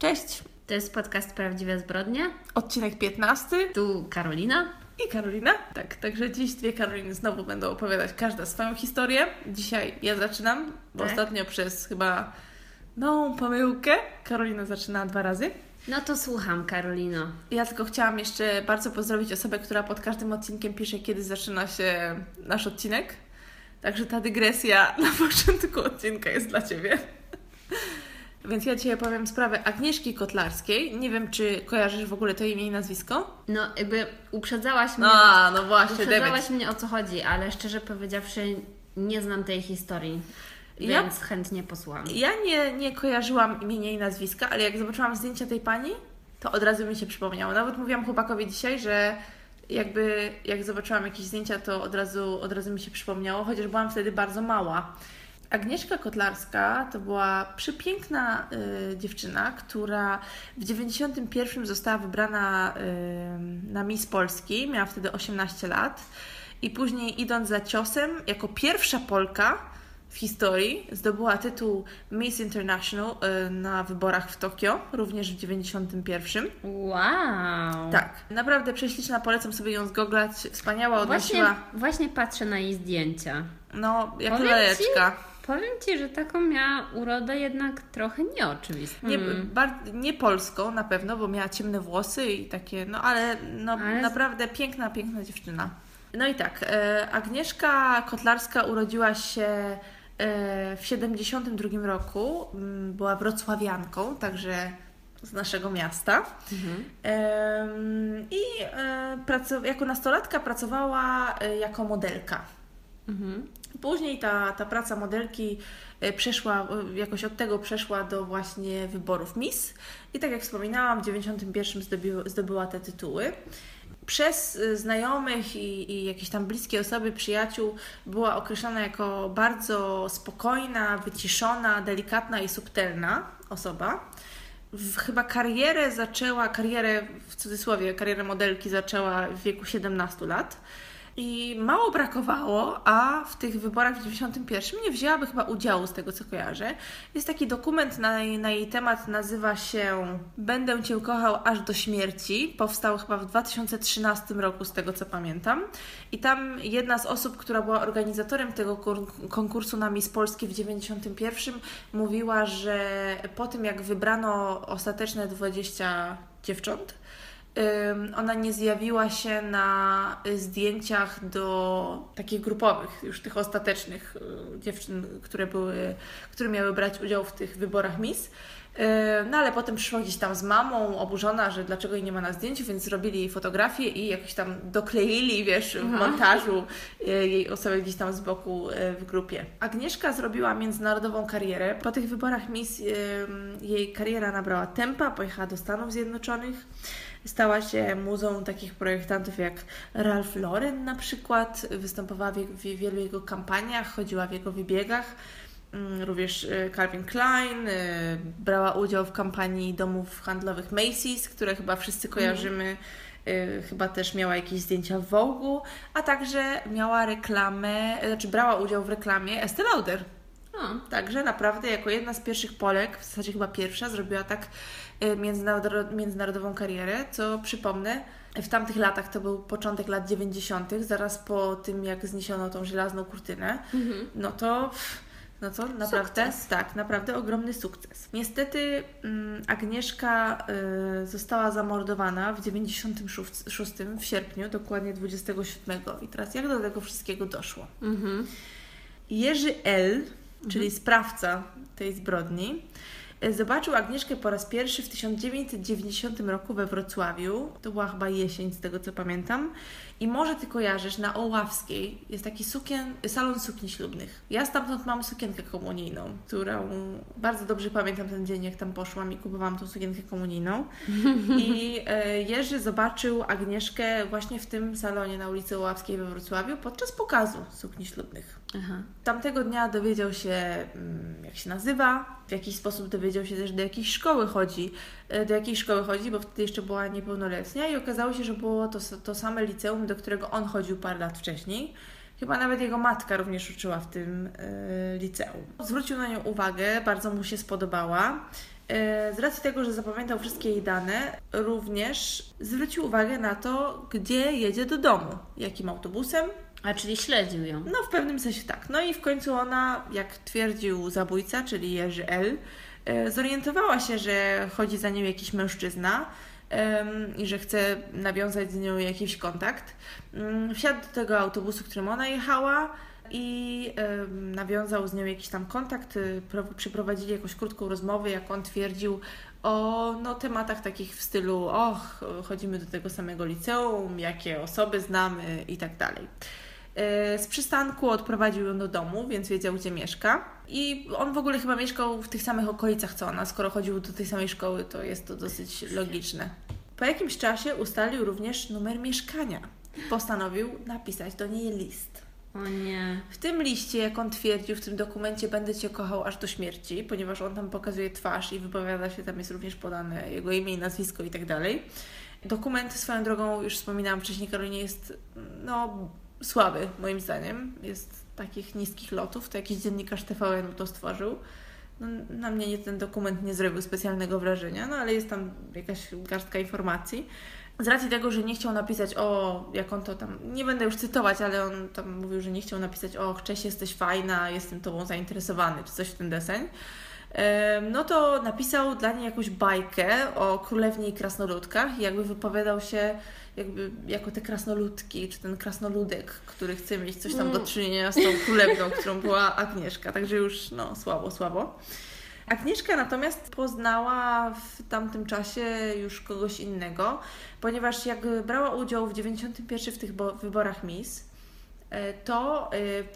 Cześć, To jest podcast Prawdziwe Zbrodnie. odcinek 15 Tu Karolina. i Karolina. Tak, także dziś dwie Karoliny znowu będą opowiadać każda swoją historię. Dzisiaj ja zaczynam, bo Tak. ostatnio przez chyba małą pomyłkę Karolina zaczyna 2 razy. No to słucham, Karolino. Ja tylko chciałam jeszcze bardzo pozdrowić osobę, która pod każdym odcinkiem pisze, kiedy zaczyna się nasz odcinek. Także ta dygresja na początku odcinka jest dla Ciebie. Więc ja Ci opowiem sprawę Agnieszki Kotlarskiej. Nie wiem, czy kojarzysz w ogóle to imię i nazwisko? No jakby uprzedzałaś mnie, No właśnie, uprzedzałaś mnie o co chodzi, ale szczerze powiedziawszy nie znam tej historii, Ja- więc chętnie posłucham. Ja nie kojarzyłam imienia i nazwiska, ale jak zobaczyłam zdjęcia tej pani, to od razu mi się przypomniało. Nawet mówiłam chłopakowi dzisiaj, że jakby jak zobaczyłam jakieś zdjęcia, to od razu mi się przypomniało, chociaż byłam wtedy bardzo mała. Agnieszka Kotlarska to była przepiękna dziewczyna, która w 91 została wybrana na Miss Polski, miała wtedy 18 lat i później idąc za ciosem, jako pierwsza Polka w historii zdobyła tytuł Miss International na wyborach w Tokio, również w 91. Wow! Tak, naprawdę prześliczna, polecam sobie ją zgooglać, wspaniała, odnosiła, Właśnie patrzę na jej zdjęcia. no jak Powiem laleczka. Powiem Ci, że taką miała urodę jednak trochę nieoczywistą. Nie polską na pewno, bo miała ciemne włosy i takie, ale naprawdę piękna dziewczyna. No i tak, Agnieszka Kotlarska urodziła się w 72 roku, była wrocławianką, także z naszego miasta. I jako nastolatka pracowała jako modelka. Później ta praca modelki jakoś od tego przeszła do właśnie wyborów Miss i tak jak wspominałam, w 91 zdobyła te tytuły. Przez znajomych i jakieś tam bliskie osoby, przyjaciół była określana jako bardzo spokojna, wyciszona, delikatna i subtelna osoba. Chyba karierę w cudzysłowie, karierę modelki zaczęła w wieku 17 lat. I mało brakowało, a w tych wyborach w 91 nie wzięłaby chyba udziału, z tego co kojarzę. Jest taki dokument na jej temat, nazywa się Będę Cię kochał aż do śmierci. Powstał chyba w 2013 roku, z tego co pamiętam. I tam jedna z osób, która była organizatorem tego konkursu na Miss Polski w 91 mówiła, że po tym jak wybrano ostateczne 20 dziewcząt, ona nie zjawiła się na zdjęciach do takich grupowych, już tych ostatecznych dziewczyn, które miały brać udział w tych wyborach Miss. No ale potem przyszła gdzieś tam z mamą, oburzona, że dlaczego jej nie ma na zdjęciu, więc zrobili jej fotografię i jakoś tam dokleili, w montażu jej osobę gdzieś tam z boku w grupie. Agnieszka zrobiła międzynarodową karierę. Po tych wyborach Miss jej kariera nabrała tempa, pojechała do Stanów Zjednoczonych. Stała się muzą takich projektantów jak Ralph Lauren na przykład, występowała w wielu jego kampaniach, chodziła w jego wybiegach. Również Calvin Klein, brała udział w kampanii domów handlowych Macy's, które chyba wszyscy kojarzymy. Chyba też miała jakieś zdjęcia w Vogue'u, a także miała brała udział w reklamie Estée Lauder. Także naprawdę jako jedna z pierwszych Polek, w zasadzie chyba pierwsza, zrobiła tak międzynarodową karierę, co przypomnę, w tamtych latach, to był początek lat 90., zaraz po tym jak zniesiono tą żelazną kurtynę, no to naprawdę, Sukces. tak, naprawdę ogromny sukces. Niestety Agnieszka została zamordowana w 96 w sierpniu, dokładnie 27. I teraz jak do tego wszystkiego doszło? Jerzy L., czyli sprawca tej zbrodni, zobaczył Agnieszkę po raz pierwszy w 1990 roku we Wrocławiu. To była chyba jesień, z tego co pamiętam. I może Ty kojarzysz, na Oławskiej jest taki salon sukni ślubnych. Ja stamtąd mam sukienkę komunijną, którą bardzo dobrze pamiętam ten dzień, jak tam poszłam i kupowałam tą sukienkę komunijną. I Jerzy zobaczył Agnieszkę właśnie w tym salonie na ulicy Oławskiej we Wrocławiu podczas pokazu sukni ślubnych. Tamtego dnia dowiedział się, jak się nazywa, w jakiś sposób dowiedział się też, do jakiej szkoły chodzi, bo wtedy jeszcze była niepełnoletnia i okazało się, że było to same liceum, do którego on chodził parę lat wcześniej. Chyba nawet jego matka również uczyła w tym liceum. Zwrócił na nią uwagę, bardzo mu się spodobała Z racji tego, że zapamiętał wszystkie jej dane, również zwrócił uwagę na to, gdzie jedzie do domu, jakim autobusem. A czyli śledził ją. No w pewnym sensie tak. No i w końcu ona, jak twierdził zabójca, czyli Jerzy L., zorientowała się, że chodzi za nią jakiś mężczyzna i że chce nawiązać z nią jakiś kontakt. Wsiadł do tego autobusu, którym ona jechała i nawiązał z nią jakiś tam kontakt. Przeprowadzili jakąś krótką rozmowę, jak on twierdził, o tematach takich w stylu chodzimy do tego samego liceum, jakie osoby znamy i tak dalej. Z przystanku odprowadził ją do domu, więc wiedział, gdzie mieszka. I on w ogóle chyba mieszkał w tych samych okolicach co ona. Skoro chodził do tej samej szkoły, to jest to dosyć logiczne. Po jakimś czasie ustalił również numer mieszkania. Postanowił napisać do niej list. O nie. W tym liście, jak on twierdził, w tym dokumencie będę Cię kochał aż do śmierci, ponieważ on tam pokazuje twarz i wypowiada się, tam jest również podane jego imię i nazwisko i tak dalej. Dokument, swoją drogą, już wspominałam wcześniej, Karolinie, jest słaby moim zdaniem. Jest takich niskich lotów. To jakiś dziennikarz TVN to stworzył. Na mnie ten dokument nie zrobił specjalnego wrażenia, ale jest tam jakaś garstka informacji. Z racji tego, że nie chciał napisać jak on to tam, nie będę już cytować, ale on tam mówił, że nie chciał napisać cześć, jesteś fajna, jestem Tobą zainteresowany, czy coś w ten deseń. No to napisał dla niej jakąś bajkę o królewnie i krasnoludkach i jakby wypowiadał się jako te krasnoludki, czy ten krasnoludek, który chce mieć coś tam do czynienia z tą królewną, którą była Agnieszka. Także już słabo. Agnieszka natomiast poznała w tamtym czasie już kogoś innego, ponieważ jak brała udział w 91 w tych wyborach Miss, to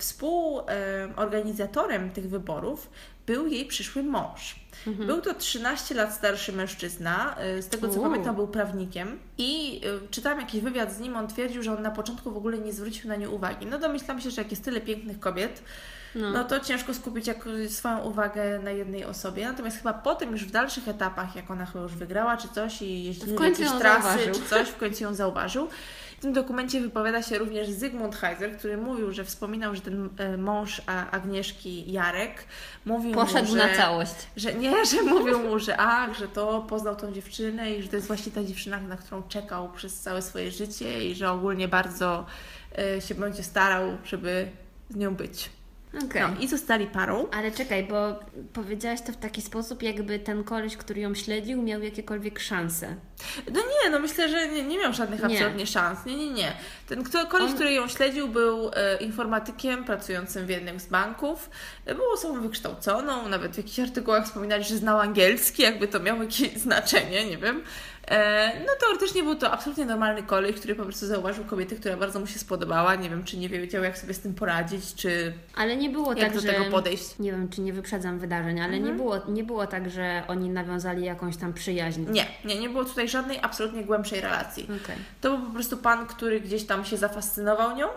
współorganizatorem tych wyborów był jej przyszły mąż. Był to 13 lat starszy mężczyzna, z tego co pamiętam był prawnikiem i czytałam jakiś wywiad z nim, on twierdził, że on na początku w ogóle nie zwrócił na nią uwagi. No domyślam się, że jak jest tyle pięknych kobiet, no to ciężko skupić swoją uwagę na jednej osobie. Natomiast chyba potem już w dalszych etapach, jak ona chyba już wygrała czy coś i jeździli w jakieś trasy czy coś, w końcu ją zauważył. W tym dokumencie wypowiada się również Zygmunt Heiser, który mówił, że wspominał, że ten mąż Agnieszki, Jarek, mówił poszedł mu, na całość. Że mówił mu, że to poznał tą dziewczynę i że to jest właśnie ta dziewczyna, na którą czekał przez całe swoje życie i że ogólnie bardzo się będzie starał, żeby z nią być. Okay. No i zostali parą. Ale czekaj, bo powiedziałaś to w taki sposób, jakby ten koleś, który ją śledził, miał jakiekolwiek szanse. No myślę, że nie miał żadnych absolutnie szans. Nie. Ten koleś, który ją śledził, był informatykiem pracującym w jednym z banków. Był osobą wykształconą, nawet w jakichś artykułach wspominali, że znał angielski, jakby to miało jakieś znaczenie, nie wiem. No teoretycznie był to absolutnie normalny koleś, który po prostu zauważył kobietę, która bardzo mu się spodobała. Nie wiem, czy nie wiedział, jak sobie z tym poradzić, czy ale nie było jak tak, do tego podejść. Nie wiem, czy nie wyprzedzam wydarzeń, ale nie było tak, że oni nawiązali jakąś tam przyjaźń. Nie było tutaj żadnej absolutnie głębszej relacji. Okay. To był po prostu pan, który gdzieś tam się zafascynował nią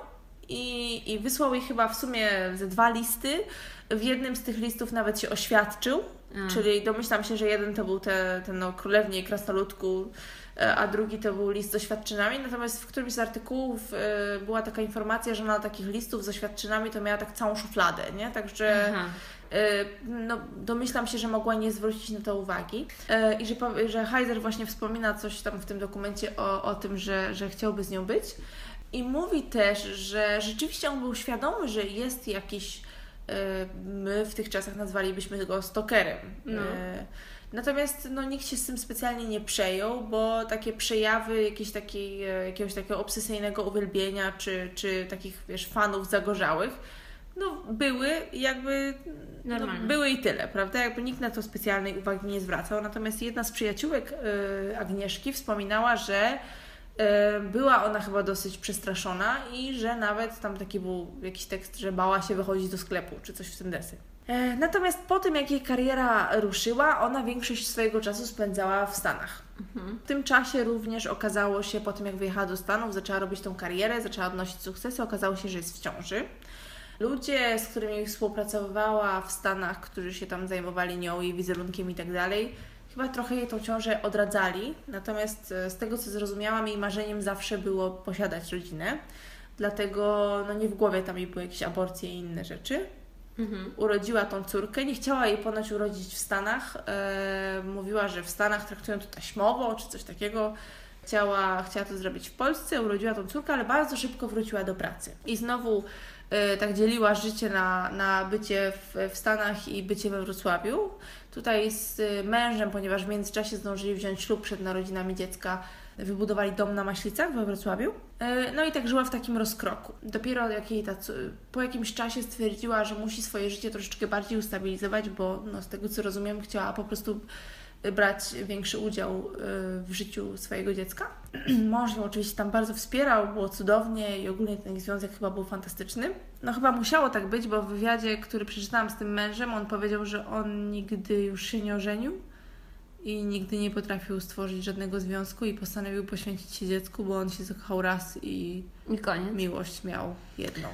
i wysłał jej chyba w sumie ze 2 listy. W jednym z tych listów nawet się oświadczył, czyli domyślam się, że jeden to był ten królewnie i krasnoludku, a drugi to był list z oświadczynami. Natomiast w którymś z artykułów była taka informacja, że ona takich listów z oświadczynami to miała tak całą szufladę, nie? Także domyślam się, że mogła nie zwrócić na to uwagi. I że Heiser właśnie wspomina coś tam w tym dokumencie o tym, że chciałby z nią być. I mówi też, że rzeczywiście on był świadomy, że jest jakiś, my w tych czasach nazwalibyśmy go stalkerem. Natomiast nikt się z tym specjalnie nie przejął, bo takie przejawy jakiegoś takiego obsesyjnego uwielbienia czy takich, fanów zagorzałych, były jakby, były i tyle, prawda? Jakby nikt na to specjalnej uwagi nie zwracał. Natomiast jedna z przyjaciółek Agnieszki wspominała, że była ona chyba dosyć przestraszona i że nawet tam taki był jakiś tekst, że bała się wychodzić do sklepu, czy coś w tym deseń. Natomiast po tym, jak jej kariera ruszyła, ona większość swojego czasu spędzała w Stanach. W tym czasie również okazało się, po tym jak wyjechała do Stanów, zaczęła robić tą karierę, zaczęła odnosić sukcesy, okazało się, że jest w ciąży. Ludzie, z którymi współpracowała w Stanach, którzy się tam zajmowali nią, jej wizerunkiem i tak dalej, chyba trochę jej tą ciążę odradzali. Natomiast z tego, co zrozumiałam, jej marzeniem zawsze było posiadać rodzinę. Dlatego nie w głowie tam jej były jakieś aborcje i inne rzeczy. urodziła tą córkę. Nie chciała jej ponoć urodzić w Stanach. Mówiła, że w Stanach traktują to taśmowo, czy coś takiego. Chciała to zrobić w Polsce, urodziła tą córkę, ale bardzo szybko wróciła do pracy. I znowu tak dzieliła życie na bycie w Stanach i bycie we Wrocławiu. Tutaj z mężem, ponieważ w międzyczasie zdążyli wziąć ślub przed narodzinami dziecka, wybudowali dom na Maślicach we Wrocławiu. No i tak żyła w takim rozkroku. Dopiero po jakimś czasie stwierdziła, że musi swoje życie troszeczkę bardziej ustabilizować, bo z tego co rozumiem chciała po prostu brać większy udział w życiu swojego dziecka. Mąż ją oczywiście tam bardzo wspierał, było cudownie i ogólnie ten związek chyba był fantastyczny. Chyba musiało tak być, bo w wywiadzie, który przeczytałam z tym mężem, on powiedział, że on nigdy już się nie ożenił i nigdy nie potrafił stworzyć żadnego związku i postanowił poświęcić się dziecku, bo on się zakochał raz i koniec. Miłość miał jedną.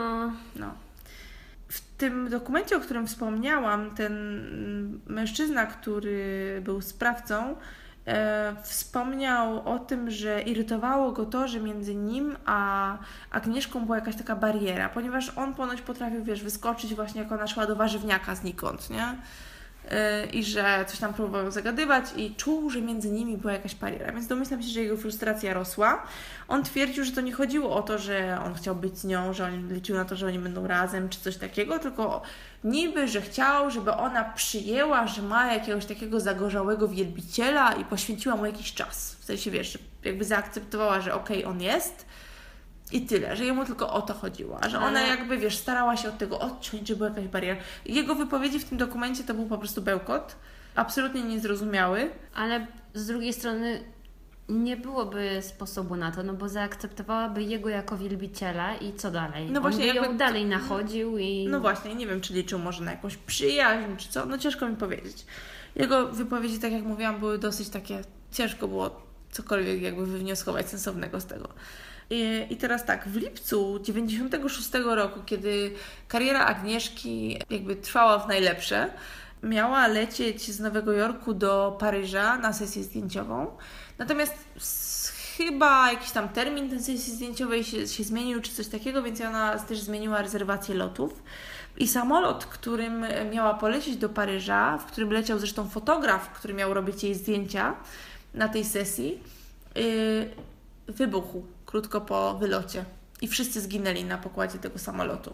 W tym dokumencie, o którym wspomniałam, ten mężczyzna, który był sprawcą, wspomniał o tym, że irytowało go to, że między nim a Agnieszką była jakaś taka bariera, ponieważ on ponoć potrafił, wyskoczyć właśnie jak ona szła do warzywniaka znikąd, nie? I że coś tam próbował zagadywać i czuł, że między nimi była jakaś bariera, więc domyślam się, że jego frustracja rosła. On twierdził, że to nie chodziło o to, że on chciał być z nią, że on liczył na to, że oni będą razem czy coś takiego, tylko niby, że chciał, żeby ona przyjęła, że ma jakiegoś takiego zagorzałego wielbiciela i poświęciła mu jakiś czas. W sensie, że jakby zaakceptowała, że okej, on jest i tyle, że jemu tylko o to chodziło, a że ona jakby, starała się od tego odciąć, że była jakaś bariera. Jego wypowiedzi w tym dokumencie to był po prostu bełkot, absolutnie niezrozumiały. Ale z drugiej strony nie byłoby sposobu na to, bo zaakceptowałaby jego jako wielbiciela i co dalej? Właśnie, on by ją dalej nachodził i... właśnie, nie wiem, czy liczył może na jakąś przyjaźń, czy co, ciężko mi powiedzieć. Jego wypowiedzi, tak jak mówiłam, były dosyć takie, ciężko było cokolwiek jakby wywnioskować sensownego z tego. I teraz tak, w lipcu 96 roku, kiedy kariera Agnieszki jakby trwała w najlepsze, miała lecieć z Nowego Jorku do Paryża na sesję zdjęciową. Natomiast chyba jakiś tam termin tej sesji zdjęciowej się zmienił, czy coś takiego, więc ona też zmieniła rezerwację lotów. I samolot, którym miała polecieć do Paryża, w którym leciał zresztą fotograf, który miał robić jej zdjęcia na tej sesji, wybuchł krótko po wylocie. I wszyscy zginęli na pokładzie tego samolotu.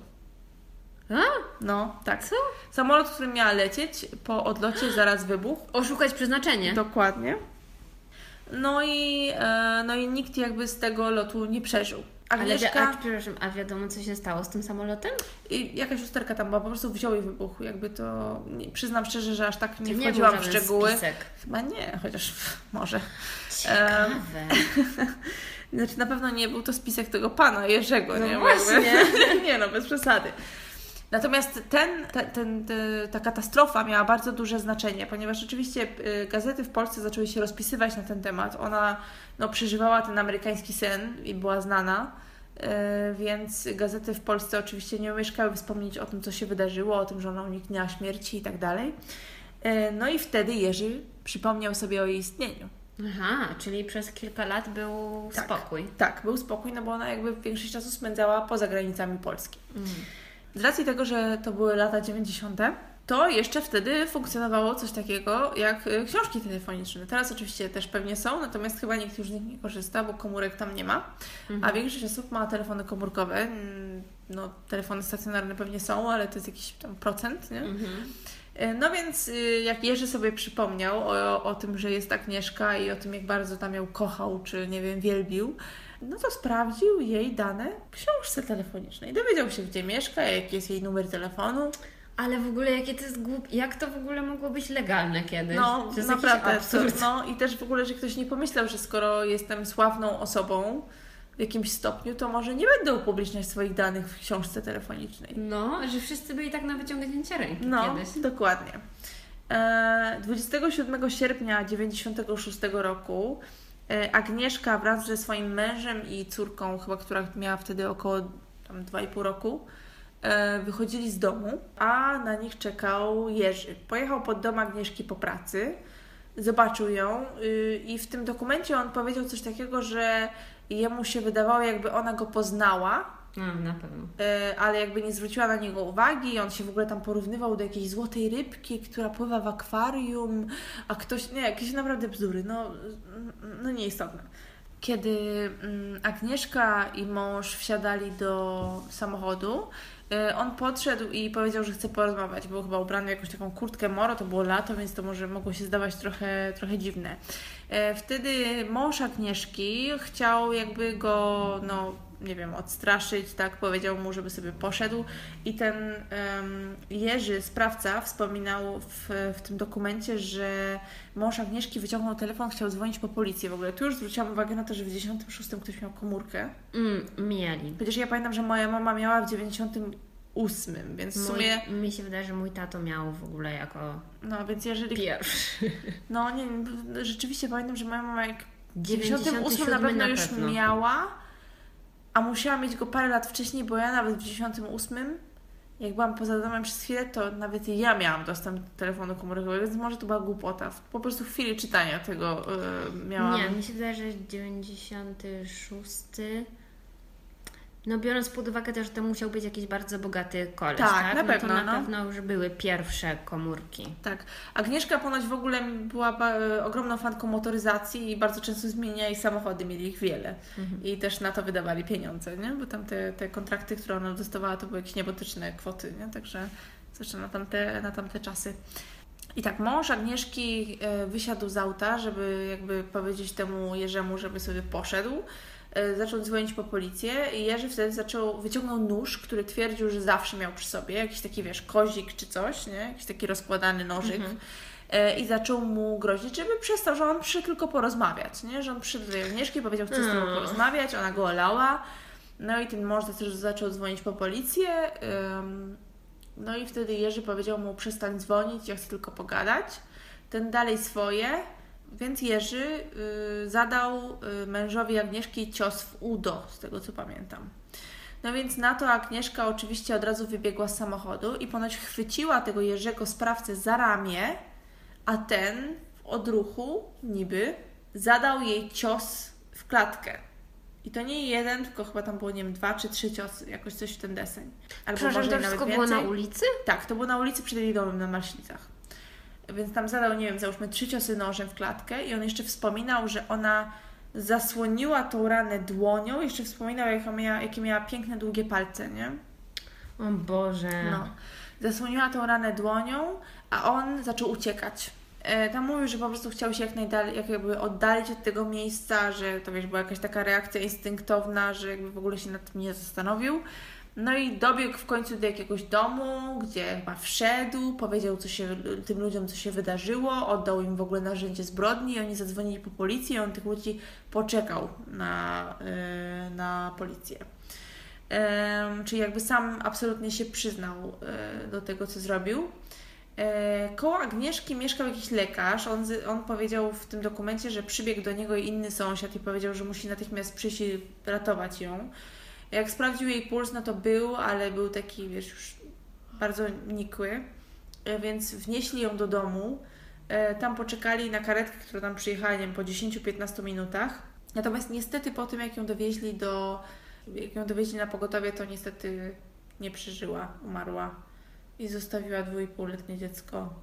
Tak. Co? Samolot, którym miała lecieć, po odlocie zaraz wybuchł. Oszukać przeznaczenie. Dokładnie. No i nikt jakby z tego lotu nie przeżył. Agnieszka... Przepraszam, a wiadomo, co się stało z tym samolotem? I jakaś usterka tam była, po prostu wziął i wybuchł. Jakby to... Przyznam szczerze, że aż tak nie wchodziłam w szczegóły. Spisek. Chyba nie, chociaż może. Ciekawe. Znaczy na pewno nie był to spisek tego pana Jerzego, nie? Właśnie. Nie, bez przesady. Natomiast ta katastrofa miała bardzo duże znaczenie, ponieważ oczywiście gazety w Polsce zaczęły się rozpisywać na ten temat. Ona przeżywała ten amerykański sen i była znana, więc gazety w Polsce oczywiście nie omieszkały wspomnieć o tym, co się wydarzyło, o tym, że ona uniknęła śmierci i tak dalej. No i wtedy Jerzy przypomniał sobie o jej istnieniu. Aha, czyli przez kilka lat był spokój. Tak, był spokój, bo ona jakby większość czasu spędzała poza granicami Polski. Z racji tego, że to były lata 90., to jeszcze wtedy funkcjonowało coś takiego jak książki telefoniczne. Teraz oczywiście też pewnie są, natomiast chyba nikt już z nich nie korzysta, bo komórek tam nie ma. A większość osób ma telefony komórkowe. Telefony stacjonarne pewnie są, ale to jest jakiś tam procent, nie? No więc jak Jerzy sobie przypomniał o tym, że jest Agnieszka i o tym, jak bardzo tam ją kochał, czy nie wiem, wielbił, to sprawdził jej dane w książce telefonicznej. Dowiedział się, gdzie mieszka, jaki jest jej numer telefonu. Ale w ogóle jakie to jest jak to w ogóle mogło być legalne kiedyś? To jest naprawdę absurd. I też w ogóle, że ktoś nie pomyślał, że skoro jestem sławną osobą w jakimś stopniu, to może nie będę upubliczniać swoich danych w książce telefonicznej. Że wszyscy byli tak na wyciągnięcie ręki kiedyś. Dokładnie. 27 sierpnia 1996 roku Agnieszka wraz ze swoim mężem i córką, chyba która miała wtedy około 2,5 roku, wychodzili z domu, a na nich czekał Jerzy. Pojechał pod dom Agnieszki po pracy, zobaczył ją i w tym dokumencie on powiedział coś takiego, że jemu się wydawało, jakby ona go poznała, No, na pewno. Ale jakby nie zwróciła na niego uwagi. On się w ogóle tam porównywał do jakiejś złotej rybki, która pływa w akwarium, a ktoś, nie, jakieś naprawdę bzdury, no nieistotne. Kiedy Agnieszka i mąż wsiadali do samochodu, on podszedł i powiedział, że chce porozmawiać. Był chyba ubrany w jakąś taką kurtkę moro, to było lato, więc to może mogło się zdawać trochę dziwne. Wtedy mąż Agnieszki chciał jakby go, nie wiem, odstraszyć, tak, powiedział mu, żeby sobie poszedł i ten Jerzy, sprawca, wspominał w tym dokumencie, że mąż Agnieszki wyciągnął telefon, chciał dzwonić po policję w ogóle. Tu już zwróciłam uwagę na to, że w 96 ktoś miał komórkę. Mieli. Chociaż ja pamiętam, że moja mama miała w 98, więc w sumie... Mi się wydaje, że mój tato miał w ogóle jako więc jeżeli... pierwszy. Rzeczywiście pamiętam, że moja mama jak w 98 na pewno już miała, a musiała mieć go parę lat wcześniej, bo ja nawet w 98, jak byłam poza domem przez chwilę, to nawet ja miałam dostęp do telefonu komórkowego, więc może to była głupota. Po prostu w chwili czytania tego miałam... Nie, mi się wydaje, że 96... No biorąc pod uwagę też, że to musiał być jakiś bardzo bogaty koleś, tak? Na pewno, to na pewno już były pierwsze komórki. Tak. Agnieszka ponoć w ogóle była ogromną fanką motoryzacji i bardzo często zmieniali samochody, mieli ich wiele. I też na to wydawali pieniądze, nie? Bo tam te kontrakty, które ona dostawała, to były jakieś niebotyczne kwoty, nie? Także zwłaszcza na tamte czasy. I tak, mąż Agnieszki wysiadł z auta, żeby jakby powiedzieć temu Jerzemu, żeby sobie poszedł. Zaczął dzwonić po policję i Jerzy wtedy wyciągnął nóż, który twierdził, że zawsze miał przy sobie, jakiś taki, kozik czy coś, nie? Jakiś taki rozkładany nożyk. I zaczął mu grozić, żeby przestał, że on przyszedł tylko porozmawiać, nie? Że on przyszedł do Agnieszki, powiedział, chce z tobą porozmawiać, ona go olała. No i ten mąż zaczął dzwonić po policję. No i wtedy Jerzy powiedział mu, przestań dzwonić, ja chcę tylko pogadać. Ten dalej swoje. Więc Jerzy zadał mężowi Agnieszki cios w udo, z tego co pamiętam. No więc na to Agnieszka oczywiście od razu wybiegła z samochodu i ponoć chwyciła tego Jerzego sprawcę za ramię, a ten w odruchu niby zadał jej cios w klatkę. I to nie jeden, tylko chyba tam było, nie wiem, 2 czy 3 ciosy, jakoś coś w ten deseń. Albo może to wszystko było na ulicy? Tak, to było na ulicy przed jej domem na Maślicach. Więc tam zadał, nie wiem, załóżmy 3 ciosy nożem w klatkę i on jeszcze wspominał, że ona zasłoniła tą ranę dłonią, jeszcze wspominał, jakie miała piękne, długie palce, nie? O Boże. Zasłoniła tą ranę dłonią, a on zaczął uciekać. Tam mówił, że po prostu chciał się jak najdalej, jakby oddalić od tego miejsca, że to była jakaś taka reakcja instynktowna, że jakby w ogóle się nad tym nie zastanowił. No i dobiegł w końcu do jakiegoś domu, gdzie chyba wszedł, powiedział tym ludziom, co się wydarzyło, oddał im w ogóle narzędzie zbrodni i oni zadzwonili po policję i on tych ludzi poczekał na policję. Czyli jakby sam absolutnie się przyznał do tego, co zrobił. Koło Agnieszki mieszkał jakiś lekarz. On powiedział w tym dokumencie, że przybiegł do niego inny sąsiad i powiedział, że musi natychmiast przyjść i ratować ją. Jak sprawdził jej puls, no to ale był taki, już bardzo nikły, więc wnieśli ją do domu. Tam poczekali na karetkę, która tam przyjechała, nie wiem, po 10-15 minutach. Natomiast niestety po tym, jak ją dowieźli na pogotowie, to niestety nie przeżyła, umarła i zostawiła 2,5-letnie dziecko.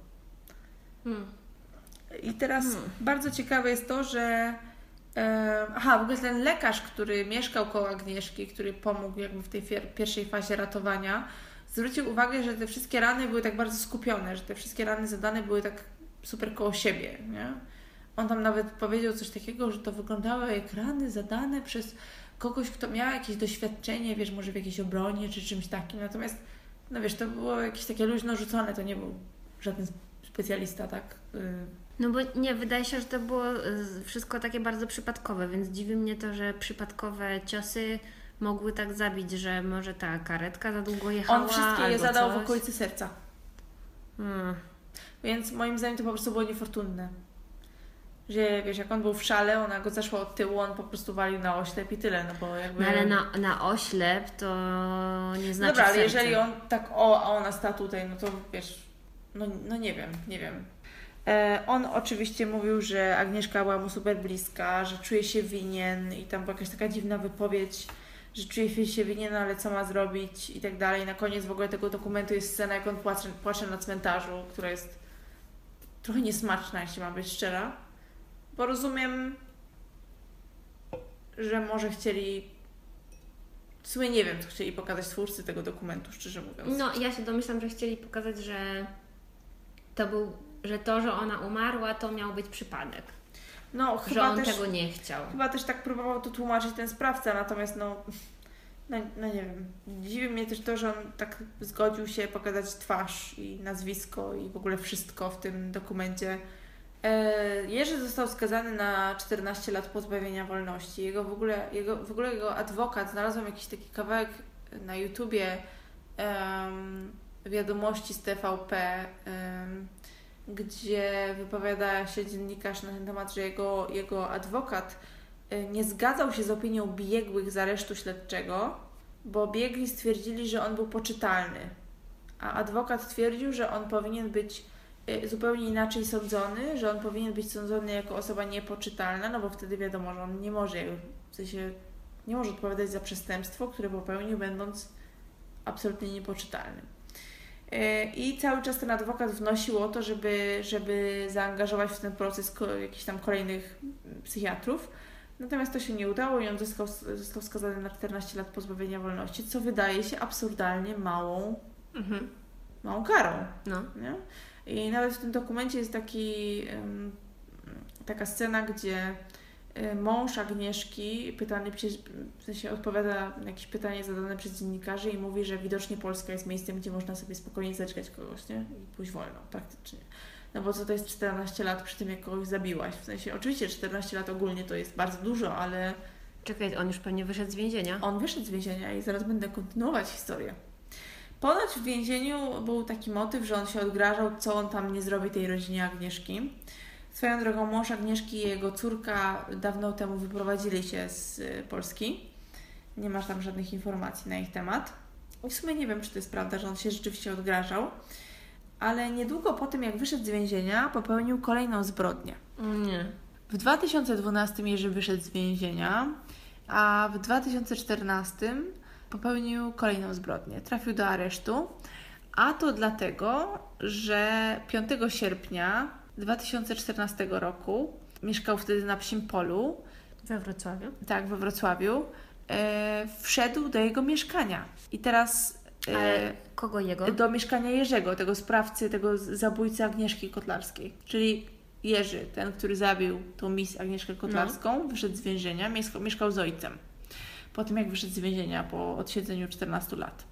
I teraz bardzo ciekawe jest to, że w ogóle ten lekarz, który mieszkał koło Agnieszki, który pomógł jakby w tej pierwszej fazie ratowania, zwrócił uwagę, że te wszystkie rany były tak bardzo skupione, że te wszystkie rany zadane były tak super koło siebie, nie? On tam nawet powiedział coś takiego, że to wyglądało jak rany zadane przez kogoś, kto miał jakieś doświadczenie, może w jakiejś obronie czy czymś takim. Natomiast, to było jakieś takie luźno rzucone, to nie był żaden specjalista, tak? No bo nie, wydaje się, że to było wszystko takie bardzo przypadkowe, więc dziwi mnie to, że przypadkowe ciosy mogły tak zabić, że może ta karetka za długo jechała. On wszystkie je zadał coś. w okolicy serca. Więc moim zdaniem to po prostu było niefortunne. Że jak on był w szale, ona go zeszła od tyłu, on po prostu walił na oślep i tyle, no bo jakby... No ale na oślep to nie znaczy Dobra, ale serce. jeżeli on tak, a ona stała tutaj, no to nie wiem. On oczywiście mówił, że Agnieszka była mu super bliska, że czuje się winien i tam była jakaś taka dziwna wypowiedź że czuje się winien, ale co ma zrobić i tak dalej. Na koniec w ogóle tego dokumentu jest scena, jak on płacze na cmentarzu, która jest trochę niesmaczna, jeśli mam być szczera. Bo rozumiem, że może chcieli... W sumie nie wiem, co chcieli pokazać twórcy tego dokumentu, szczerze mówiąc. No, ja się domyślam, że chcieli pokazać, że to, że ona umarła, to miał być przypadek. No, że chyba on też, tego nie chciał. Chyba też tak próbował to tłumaczyć ten sprawca, natomiast no nie wiem. Dziwi mnie też to, że on tak zgodził się pokazać twarz i nazwisko i w ogóle wszystko w tym dokumencie. Jerzy został skazany na 14 lat pozbawienia wolności. Jego adwokat, znalazłam jakiś taki kawałek na YouTubie wiadomości z TVP, gdzie wypowiada się dziennikarz na ten temat, że jego adwokat nie zgadzał się z opinią biegłych z aresztu śledczego, bo biegli stwierdzili, że on był poczytalny, a adwokat twierdził, że on powinien być zupełnie inaczej sądzony, że on powinien być sądzony jako osoba niepoczytalna, no bo wtedy wiadomo, że on nie może, w sensie nie może odpowiadać za przestępstwo, które popełnił, będąc absolutnie niepoczytalnym. I cały czas ten adwokat wnosił o to, żeby zaangażować w ten proces jakichś tam kolejnych psychiatrów. Natomiast to się nie udało i on został skazany na 14 lat pozbawienia wolności, co wydaje się absurdalnie małą karą. No. Nie? I nawet w tym dokumencie jest taka scena, gdzie mąż Agnieszki w sensie odpowiada na jakieś pytanie zadane przez dziennikarzy i mówi, że widocznie Polska jest miejscem, gdzie można sobie spokojnie zaczekać kogoś, nie? I pójść wolno, praktycznie. No bo co to jest 14 lat przy tym, jak kogoś zabiłaś? W sensie, oczywiście 14 lat ogólnie to jest bardzo dużo, ale... Czekaj, on już pewnie wyszedł z więzienia? On wyszedł z więzienia i zaraz będę kontynuować historię. Ponoć w więzieniu był taki motyw, że on się odgrażał, co on tam nie zrobi tej rodzinie Agnieszki. Swoją drogą mąż Agnieszki i jego córka dawno temu wyprowadzili się z Polski. Nie masz tam żadnych informacji na ich temat. I w sumie nie wiem, czy to jest prawda, że on się rzeczywiście odgrażał. Ale niedługo po tym, jak wyszedł z więzienia, popełnił kolejną zbrodnię. Nie. W 2012 Jerzy wyszedł z więzienia, a w 2014 popełnił kolejną zbrodnię. Trafił do aresztu, a to dlatego, że 5 sierpnia 2014 roku mieszkał wtedy na Psim Polu. We Wrocławiu? Tak, we Wrocławiu. Wszedł do jego mieszkania. I teraz... Ale kogo jego? Do mieszkania Jerzego, tego sprawcy, tego zabójcy Agnieszki Kotlarskiej. Czyli Jerzy, ten, który zabił tą Miss Agnieszkę Kotlarską, wyszedł z więzienia, mieszkał z ojcem. Po tym, jak wyszedł z więzienia po odsiedzeniu 14 lat.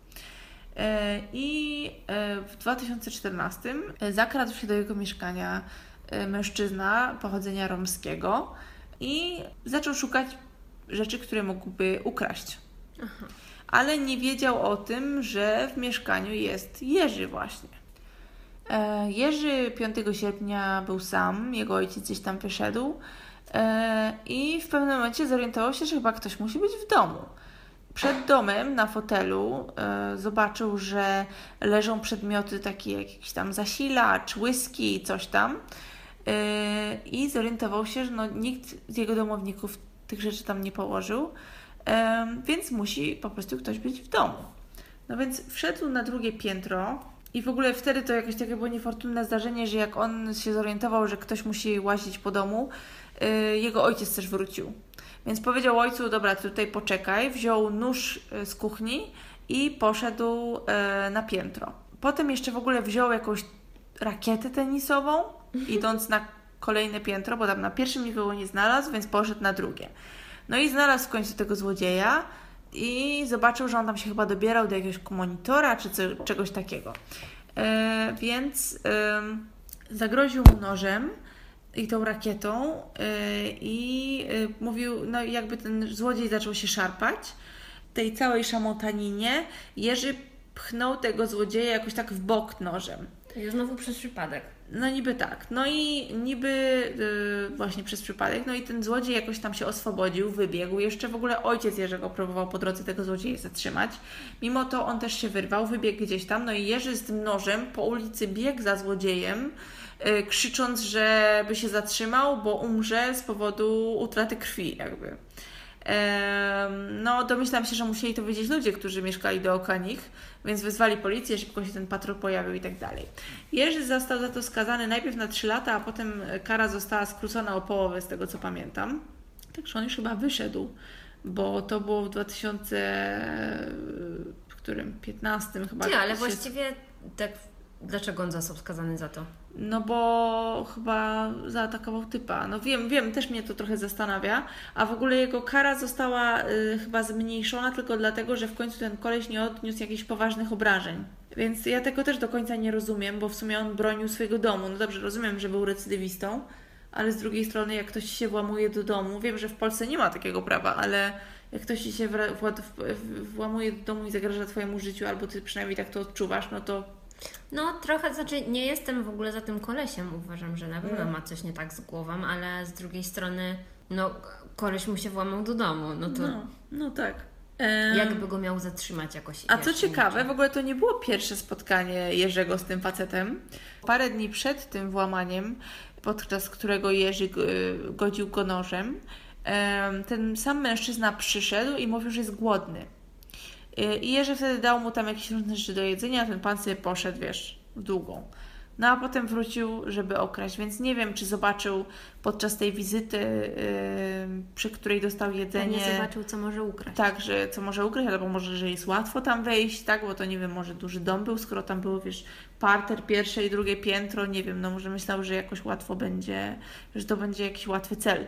I w 2014 zakradł się do jego mieszkania mężczyzna pochodzenia romskiego i zaczął szukać rzeczy, które mógłby ukraść. Aha. Ale nie wiedział o tym, że w mieszkaniu jest Jerzy właśnie. Jerzy 5 sierpnia był sam, jego ojciec gdzieś tam wyszedł i w pewnym momencie zorientował się, że chyba ktoś musi być w domu. Przed domem na fotelu zobaczył, że leżą przedmioty takie jak jakiś tam zasilacz, whisky i coś tam i zorientował się, że nikt z jego domowników tych rzeczy tam nie położył, więc musi po prostu ktoś być w domu. No więc wszedł na drugie piętro i w ogóle wtedy to jakieś takie było niefortunne zdarzenie, że jak on się zorientował, że ktoś musi łazić po domu, jego ojciec też wrócił. Więc powiedział ojcu, dobra, ty tutaj poczekaj, wziął nóż z kuchni i poszedł na piętro. Potem jeszcze w ogóle wziął jakąś rakietę tenisową, idąc na kolejne piętro, bo tam na pierwszym nikogo nie znalazł, więc poszedł na drugie. No i znalazł w końcu tego złodzieja i zobaczył, że on tam się chyba dobierał do jakiegoś monitora czy czegoś takiego. Więc zagroził mu nożem i tą rakietą i mówił, no jakby ten złodziej zaczął się szarpać. Tej całej szamotaninie Jerzy pchnął tego złodzieja jakoś tak w bok nożem. I znowu przez przypadek. No niby tak. No i niby właśnie przez przypadek. No i ten złodziej jakoś tam się oswobodził, wybiegł. Jeszcze w ogóle ojciec Jerzego próbował po drodze tego złodzieja zatrzymać. Mimo to on też się wyrwał, wybiegł gdzieś tam. No i Jerzy z tym nożem po ulicy biegł za złodziejem, krzycząc, żeby się zatrzymał, bo umrze z powodu utraty krwi jakby. No, domyślam się, że musieli to wiedzieć ludzie, którzy mieszkali dookoła nich, więc wezwali policję, szybko się ten patrol pojawił i tak dalej. Jerzy został za to skazany najpierw na 3 lata, a potem kara została skrócona o połowę, z tego co pamiętam. Także on już chyba wyszedł, bo to było w 2015 chyba. Nie, ale właściwie tak, dlaczego on został skazany za to? No bo chyba zaatakował typa. No wiem, też mnie to trochę zastanawia. A w ogóle jego kara została chyba zmniejszona tylko dlatego, że w końcu ten koleś nie odniósł jakichś poważnych obrażeń. Więc ja tego też do końca nie rozumiem, bo w sumie on bronił swojego domu. No dobrze, rozumiem, że był recydywistą, ale z drugiej strony jak ktoś się włamuje do domu, wiem, że w Polsce nie ma takiego prawa, ale jak ktoś ci się włamuje do domu i zagraża Twojemu życiu, albo Ty przynajmniej tak to odczuwasz, no to... No trochę, znaczy nie jestem w ogóle za tym kolesiem, uważam, że na pewno ma coś nie tak z głową, ale z drugiej strony, no koleś mu się włamał do domu, no to... No tak. Jakby go miał zatrzymać jakoś. A co ciekawe, w ogóle to nie było pierwsze spotkanie Jerzego z tym facetem. Parę dni przed tym włamaniem, podczas którego Jerzy godził go nożem, ten sam mężczyzna przyszedł i mówił, że jest głodny. I Jerzy wtedy dał mu tam jakieś różne rzeczy do jedzenia, a ten pan sobie poszedł, wiesz, w długą. No a potem wrócił, żeby okraść, więc nie wiem, czy zobaczył podczas tej wizyty, przy której dostał jedzenie... Nie zobaczył, co może ukraść. Tak, że co może ukraść, albo może, że jest łatwo tam wejść, tak, bo to nie wiem, może duży dom był, skoro tam było, wiesz, parter, pierwsze i drugie piętro, nie wiem, no może myślał, że jakoś łatwo będzie, że to będzie jakiś łatwy cel.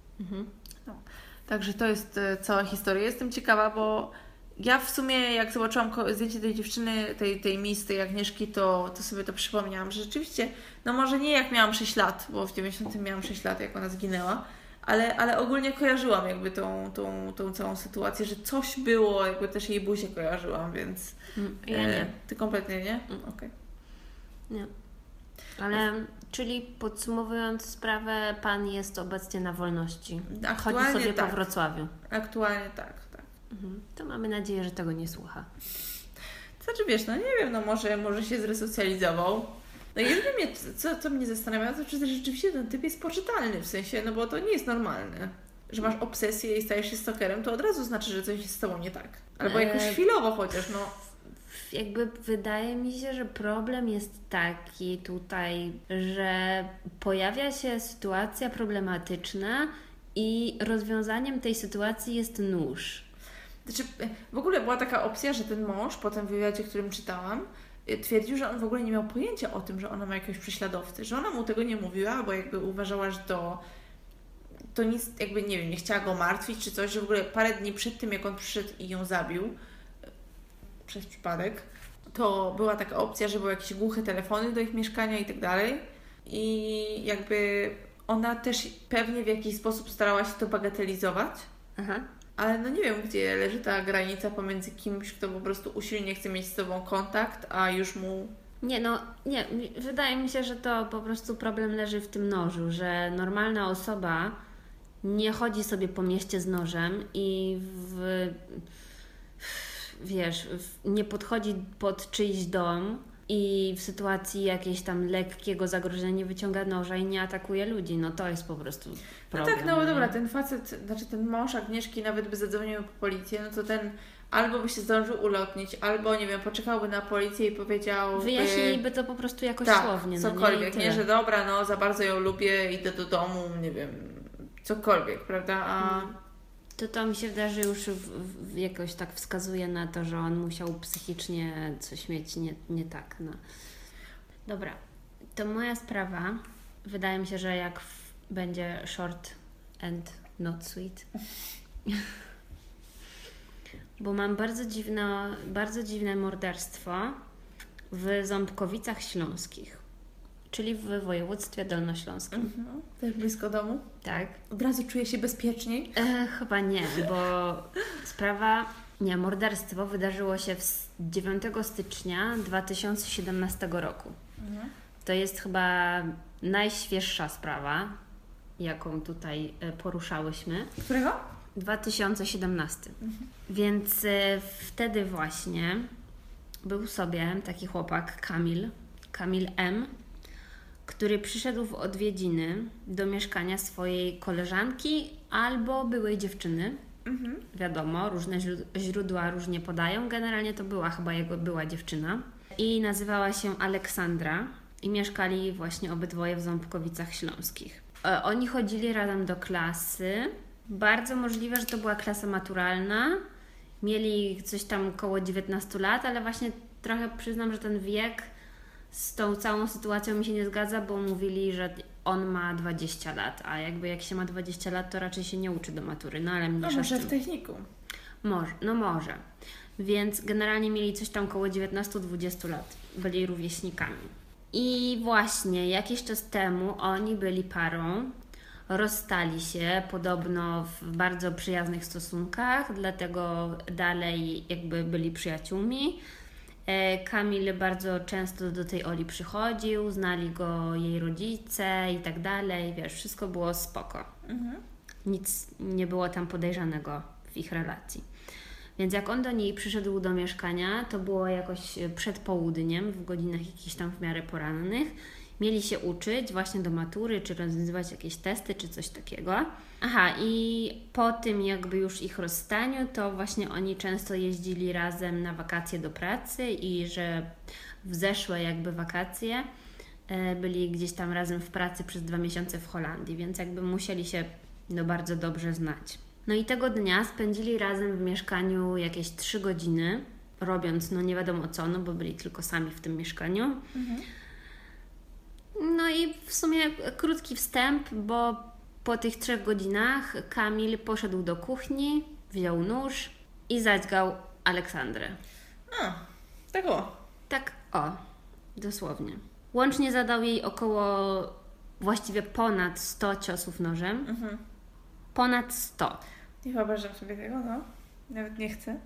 No. Także to jest cała historia. Jestem ciekawa, bo ja w sumie jak zobaczyłam zdjęcie tej dziewczyny, tej Miss, tej Agnieszki, to sobie to przypomniałam, że rzeczywiście, no może nie jak miałam 6 lat, bo w 90 miałam 6 lat, jak ona zginęła, ale ogólnie kojarzyłam jakby tą całą sytuację, że coś było, jakby też jej buzię kojarzyłam, więc... Ja nie. Ty kompletnie nie? Okej. Nie. Ale, czyli podsumowując sprawę, pan jest obecnie na wolności. Aktualnie chodzi sobie tak. po Wrocławiu. Aktualnie tak. To mamy nadzieję, że tego nie słucha. Znaczy wiesz, no nie wiem, no może się zresocjalizował. No jedyne mnie, co mnie zastanawia, to czy rzeczywiście ten typ jest poczytalny, w sensie, no bo to nie jest normalne. Że masz obsesję i stajesz się stalkerem, to od razu znaczy, że coś jest z tobą nie tak. Albo jakoś chwilowo chociaż, no. Jakby wydaje mi się, że problem jest taki tutaj, że pojawia się sytuacja problematyczna i rozwiązaniem tej sytuacji jest nóż. Znaczy, w ogóle była taka opcja, że ten mąż, po tym wywiadzie, którym czytałam, twierdził, że on w ogóle nie miał pojęcia o tym, że ona ma jakiegoś prześladowcę, że ona mu tego nie mówiła, bo jakby uważała, że to nic, jakby nie wiem, nie chciała go martwić czy coś, że w ogóle parę dni przed tym, jak on przyszedł i ją zabił, przez przypadek, to była taka opcja, że były jakieś głuche telefony do ich mieszkania i tak dalej. I jakby ona też pewnie w jakiś sposób starała się to bagatelizować. Aha. Ale no nie wiem, gdzie leży ta granica pomiędzy kimś, kto po prostu usilnie chce mieć z tobą kontakt, a już mu... Nie, wydaje mi się, że to po prostu problem leży w tym nożu, że normalna osoba nie chodzi sobie po mieście z nożem i nie podchodzi pod czyjś dom i w sytuacji jakiejś tam lekkiego zagrożenia nie wyciąga noża i nie atakuje ludzi. No to jest po prostu problem. No tak, no dobra, ten facet, znaczy ten mąż Agnieszki nawet by zadzwonił po policję, no to ten albo by się zdążył ulotnić, albo nie wiem, poczekałby na policję i powiedział... Wyjaśniliby to po prostu jakoś tak, słownie. cokolwiek, no nie, że dobra, no za bardzo ją lubię, idę do domu, nie wiem, cokolwiek, prawda? A... To mi się wydaje, że już jakoś tak wskazuje na to, że on musiał psychicznie coś mieć nie tak. No. Dobra, to moja sprawa. Wydaje mi się, że jak będzie short and not sweet. Bo mam bardzo dziwne morderstwo w Ząbkowicach Śląskich, czyli w województwie dolnośląskim. Też blisko domu? Tak. Od razu czuję się bezpieczniej? Chyba nie, bo morderstwo wydarzyło się 9 stycznia 2017 roku. To jest chyba najświeższa sprawa, jaką tutaj poruszałyśmy. Którego? 2017. Więc wtedy właśnie był sobie taki chłopak Kamil M., który przyszedł w odwiedziny do mieszkania swojej koleżanki albo byłej dziewczyny. Wiadomo, różne źródła różnie podają. Generalnie to była chyba jego była dziewczyna. I nazywała się Aleksandra i mieszkali właśnie obydwoje w Ząbkowicach Śląskich. Oni chodzili razem do klasy. Bardzo możliwe, że to była klasa maturalna. Mieli coś tam około 19 lat, ale właśnie trochę przyznam, że ten wiek z tą całą sytuacją mi się nie zgadza, bo mówili, że on ma 20 lat, a jakby jak się ma 20 lat, to raczej się nie uczy do matury, no ale mniejsza może z tym. w technikum. Może. Więc generalnie mieli coś tam około 19-20 lat. Byli rówieśnikami. I właśnie jakiś czas temu oni byli parą, rozstali się podobno w bardzo przyjaznych stosunkach, dlatego dalej jakby byli przyjaciółmi. Kamil bardzo często do tej Oli przychodził, znali go jej rodzice i tak dalej, wiesz, wszystko było spoko. Nic nie było tam podejrzanego w ich relacji. Więc jak on do niej przyszedł do mieszkania, to było jakoś przed południem, w godzinach jakichś tam w miarę porannych. Mieli się uczyć właśnie do matury, czy rozwiązywać jakieś testy, czy coś takiego. Aha, i po tym jakby już ich rozstaniu, to właśnie oni często jeździli razem na wakacje do pracy i że w zeszłe jakby wakacje byli gdzieś tam razem w pracy przez 2 miesiące w Holandii, więc jakby musieli się bardzo dobrze znać. No i tego dnia spędzili razem w mieszkaniu jakieś 3 godziny, robiąc nie wiadomo co, bo byli tylko sami w tym mieszkaniu. No i w sumie krótki wstęp, bo po tych 3 godzinach Kamil poszedł do kuchni, wziął nóż i zadźgał Aleksandrę. Tak o. Tak o, dosłownie. Łącznie zadał jej właściwie ponad 100 ciosów nożem. Ponad 100. Nie wyobrażam sobie tego, Nawet nie chcę.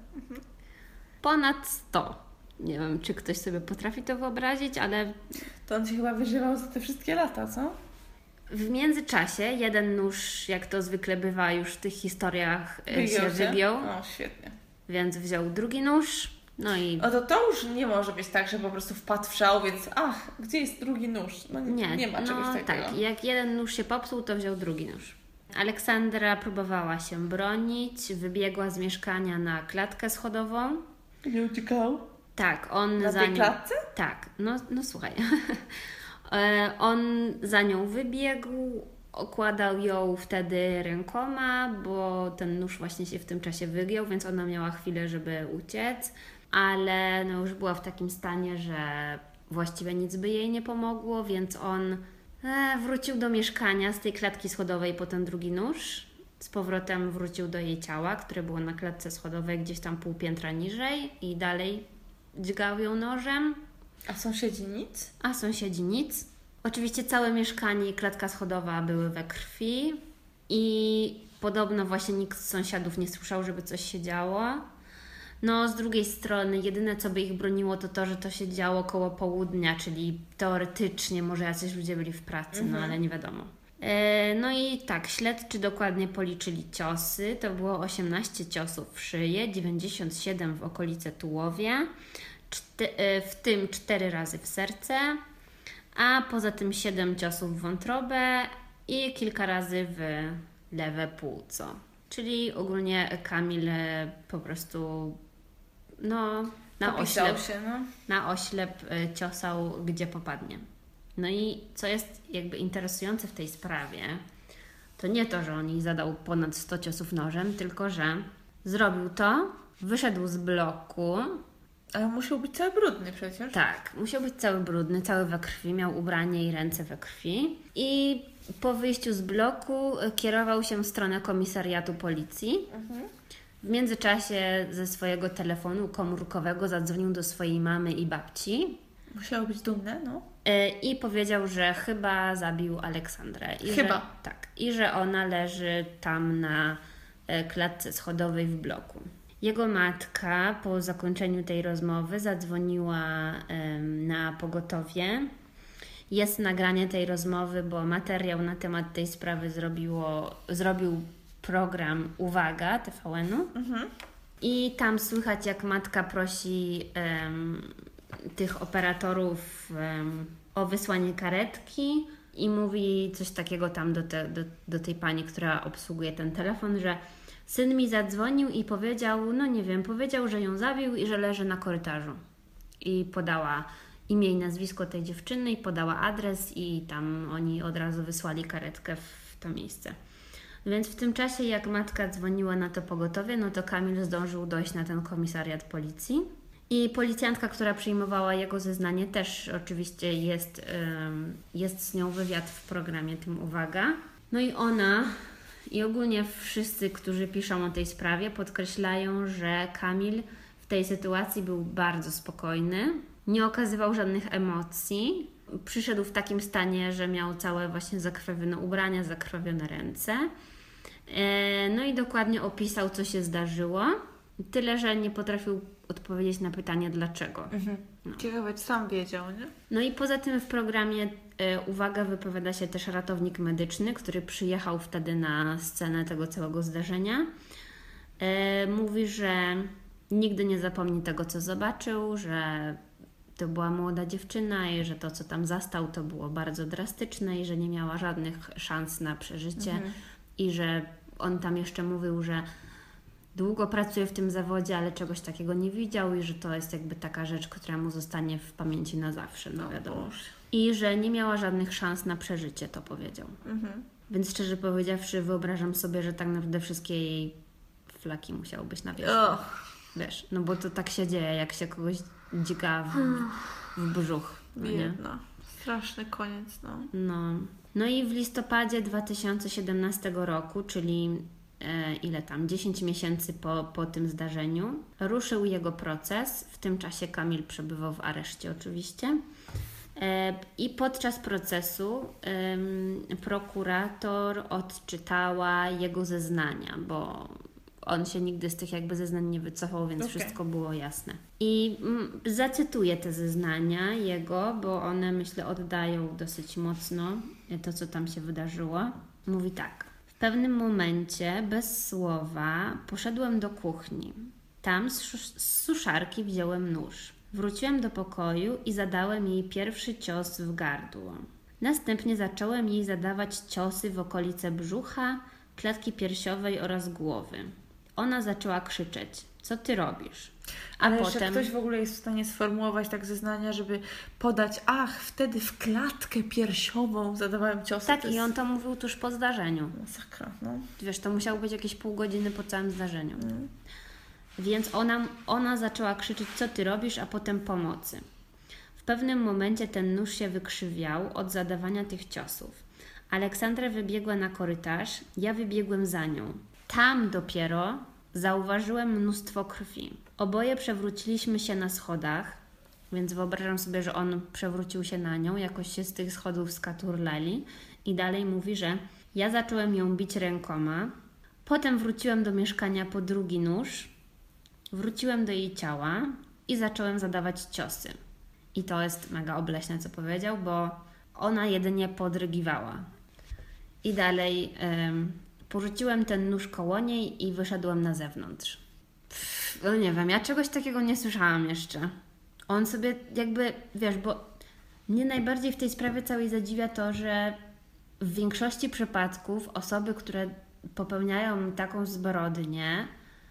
Ponad 100. Nie wiem, czy ktoś sobie potrafi to wyobrazić, ale... To on się chyba wyżywał za te wszystkie lata, co? W międzyczasie jeden nóż, jak to zwykle bywa już w tych historiach, się wygiął. O, świetnie. Więc wziął drugi nóż, no i... To już nie może być tak, że po prostu wpadł w szał, więc gdzie jest drugi nóż? Nie ma czegoś takiego. Tak, jak jeden nóż się popsuł, to wziął drugi nóż. Aleksandra próbowała się bronić, wybiegła z mieszkania na klatkę schodową. Nie uciekał? Tak, on na tej klatce? Tak, no słuchaj. On za nią wybiegł, okładał ją wtedy rękoma, bo ten nóż właśnie się w tym czasie wygiął, więc ona miała chwilę, żeby uciec, ale już była w takim stanie, że właściwie nic by jej nie pomogło, więc on wrócił do mieszkania z tej klatki schodowej po ten drugi nóż. Z powrotem wrócił do jej ciała, które było na klatce schodowej gdzieś tam pół piętra niżej i dalej dźgał ją nożem. A sąsiedzi nic? A sąsiedzi nic. Oczywiście całe mieszkanie i klatka schodowa były we krwi i podobno właśnie nikt z sąsiadów nie słyszał, żeby coś się działo. Z drugiej strony jedyne, co by ich broniło, to to, że to się działo koło południa, czyli teoretycznie może jacyś ludzie byli w pracy, ale nie wiadomo. No i tak, śledczy dokładnie policzyli ciosy. To było 18 ciosów w szyję, 97 w okolice tułowia, w tym 4 razy w serce, a poza tym 7 ciosów w wątrobę i kilka razy w lewe płuco. Czyli ogólnie Kamil po prostu na oślep ciosał, gdzie popadnie. No i co jest jakby interesujące w tej sprawie, to nie to, że on jej zadał ponad 100 ciosów nożem, tylko że zrobił to, wyszedł z bloku. Ale musiał być cały brudny przecież. Tak, musiał być cały brudny, cały we krwi, miał ubranie i ręce we krwi. I po wyjściu z bloku kierował się w stronę komisariatu policji. W międzyczasie ze swojego telefonu komórkowego zadzwonił do swojej mamy i babci. Musiało być dumne, I powiedział, że chyba zabił Aleksandrę. Tak. I że ona leży tam na klatce schodowej w bloku. Jego matka po zakończeniu tej rozmowy zadzwoniła na pogotowie. Jest nagranie tej rozmowy, bo materiał na temat tej sprawy zrobił program Uwaga TVN-u. I tam słychać, jak matka prosi tych operatorów o wysłanie karetki i mówi coś takiego tam do tej pani, która obsługuje ten telefon, że Syn mi zadzwonił i powiedział, no nie wiem, powiedział, że ją zabił i że leży na korytarzu. I podała imię i nazwisko tej dziewczyny i podała adres i tam oni od razu wysłali karetkę w to miejsce. Więc w tym czasie, jak matka dzwoniła na to pogotowie, no to Kamil zdążył dojść na ten komisariat policji. I policjantka, która przyjmowała jego zeznanie, też oczywiście jest z nią wywiad w programie Tym Uwaga. No i ona i ogólnie wszyscy, którzy piszą o tej sprawie, podkreślają, że Kamil w tej sytuacji był bardzo spokojny, nie okazywał żadnych emocji. Przyszedł w takim stanie, że miał całe właśnie zakrwawione ubrania, zakrwawione ręce. No i dokładnie opisał, co się zdarzyło. Tyle, że nie potrafił odpowiedzieć na pytanie dlaczego. No. Ciekawe, czy sam wiedział, nie? No i poza tym w programie Uwaga wypowiada się też ratownik medyczny, który przyjechał wtedy na scenę tego całego zdarzenia. Mówi, że nigdy nie zapomni tego, co zobaczył, że to była młoda dziewczyna i że to, co tam zastał, to było bardzo drastyczne i że nie miała żadnych szans na przeżycie i że on tam jeszcze mówił, że długo pracuje w tym zawodzie, ale czegoś takiego nie widział i że to jest jakby taka rzecz, która mu zostanie w pamięci na zawsze, no wiadomo. I że nie miała żadnych szans na przeżycie, to powiedział. Więc szczerze powiedziawszy, wyobrażam sobie, że tak naprawdę wszystkie jej flaki musiały być na wierzchu. Wiesz, no bo to tak się dzieje, jak się kogoś dźga w brzuch. Biedna. Straszny koniec, no. No i w listopadzie 2017 roku, czyli 10 miesięcy po tym zdarzeniu, ruszył jego proces. W tym czasie Kamil przebywał w areszcie oczywiście. I podczas procesu prokurator odczytała jego zeznania, bo on się nigdy z tych jakby zeznań nie wycofał, więc wszystko było jasne. I zacytuję te zeznania jego, bo one, myślę, oddają dosyć mocno to, co tam się wydarzyło. Mówi tak. W pewnym momencie, bez słowa, poszedłem do kuchni. Tam z suszarki wziąłem nóż. Wróciłem do pokoju i zadałem jej pierwszy cios w gardło. Następnie zacząłem jej zadawać ciosy w okolice brzucha, klatki piersiowej oraz głowy. Ona zaczęła krzyczeć: co ty robisz? Ale potem ktoś w ogóle jest w stanie sformułować tak zeznania, żeby podać, wtedy w klatkę piersiową zadawałem ciosy. Tak, i on to mówił tuż po zdarzeniu. Masakra, no. Wiesz, to musiało być jakieś pół godziny po całym zdarzeniu. Więc ona zaczęła krzyczeć: co ty robisz? A potem pomocy. W pewnym momencie ten nóż się wykrzywiał od zadawania tych ciosów. Aleksandra wybiegła na korytarz, ja wybiegłem za nią. Tam dopiero zauważyłem mnóstwo krwi. Oboje przewróciliśmy się na schodach, więc wyobrażam sobie, że on przewrócił się na nią, jakoś się z tych schodów skaturlali i dalej mówi, że ja zacząłem ją bić rękoma, potem wróciłem do mieszkania po drugi nóż, wróciłem do jej ciała i zacząłem zadawać ciosy. I to jest mega obleśne, co powiedział, bo ona jedynie podrygiwała. I dalej porzuciłem ten nóż koło niej i wyszedłem na zewnątrz. No nie wiem, ja czegoś takiego nie słyszałam jeszcze. On sobie jakby, wiesz, bo mnie najbardziej w tej sprawie całej zadziwia to, że w większości przypadków osoby, które popełniają taką zbrodnię,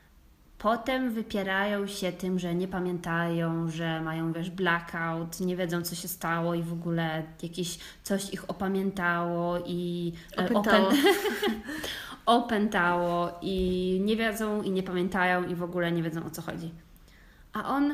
potem wypierają się tym, że nie pamiętają, że mają, wiesz, blackout, nie wiedzą, co się stało i w ogóle jakieś coś ich opamiętało i opętało i nie wiedzą i nie pamiętają i w ogóle nie wiedzą, o co chodzi. A on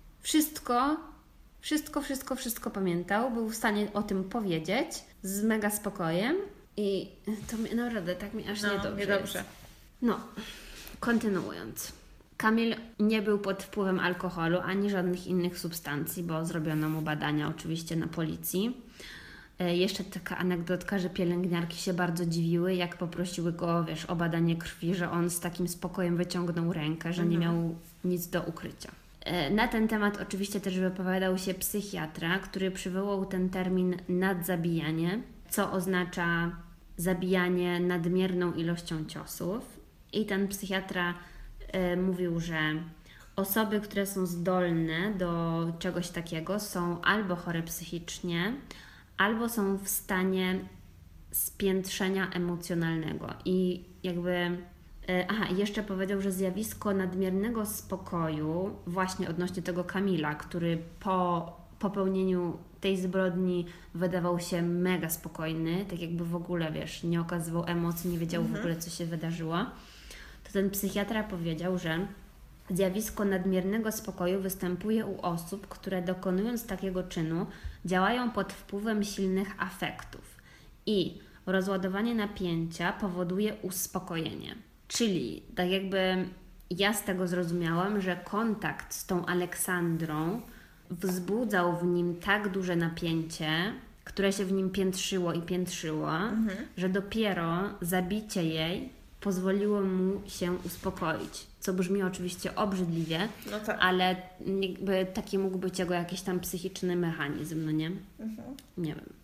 wszystko pamiętał, był w stanie o tym powiedzieć z mega spokojem i to mnie naprawdę tak mi aż niedobrze. No, kontynuując. Kamil nie był pod wpływem alkoholu ani żadnych innych substancji, bo zrobiono mu badania oczywiście na policji. Jeszcze taka anegdotka, że pielęgniarki się bardzo dziwiły, jak poprosiły go, wiesz, o badanie krwi, że on z takim spokojem wyciągnął rękę, że nie miał nic do ukrycia. Na ten temat oczywiście też wypowiadał się psychiatra, który przywołał ten termin nadzabijanie, co oznacza zabijanie nadmierną ilością ciosów. I ten psychiatra mówił, że osoby, które są zdolne do czegoś takiego, są albo chore psychicznie, albo są w stanie spiętrzenia emocjonalnego. I jakby Aha, i jeszcze powiedział, że zjawisko nadmiernego spokoju właśnie odnośnie tego Kamila, który po popełnieniu tej zbrodni wydawał się mega spokojny, tak jakby w ogóle, wiesz, nie okazywał emocji, nie wiedział w ogóle, co się wydarzyło, to ten psychiatra powiedział, że zjawisko nadmiernego spokoju występuje u osób, które dokonując takiego czynu działają pod wpływem silnych afektów i rozładowanie napięcia powoduje uspokojenie. Czyli tak jakby ja z tego zrozumiałam, że kontakt z tą Aleksandrą wzbudzał w nim tak duże napięcie, które się w nim piętrzyło, że dopiero zabicie jej pozwoliło mu się uspokoić. Co brzmi oczywiście obrzydliwie, No tak. ale jakby taki mógł być jego jakiś tam psychiczny mechanizm, no nie? Nie wiem.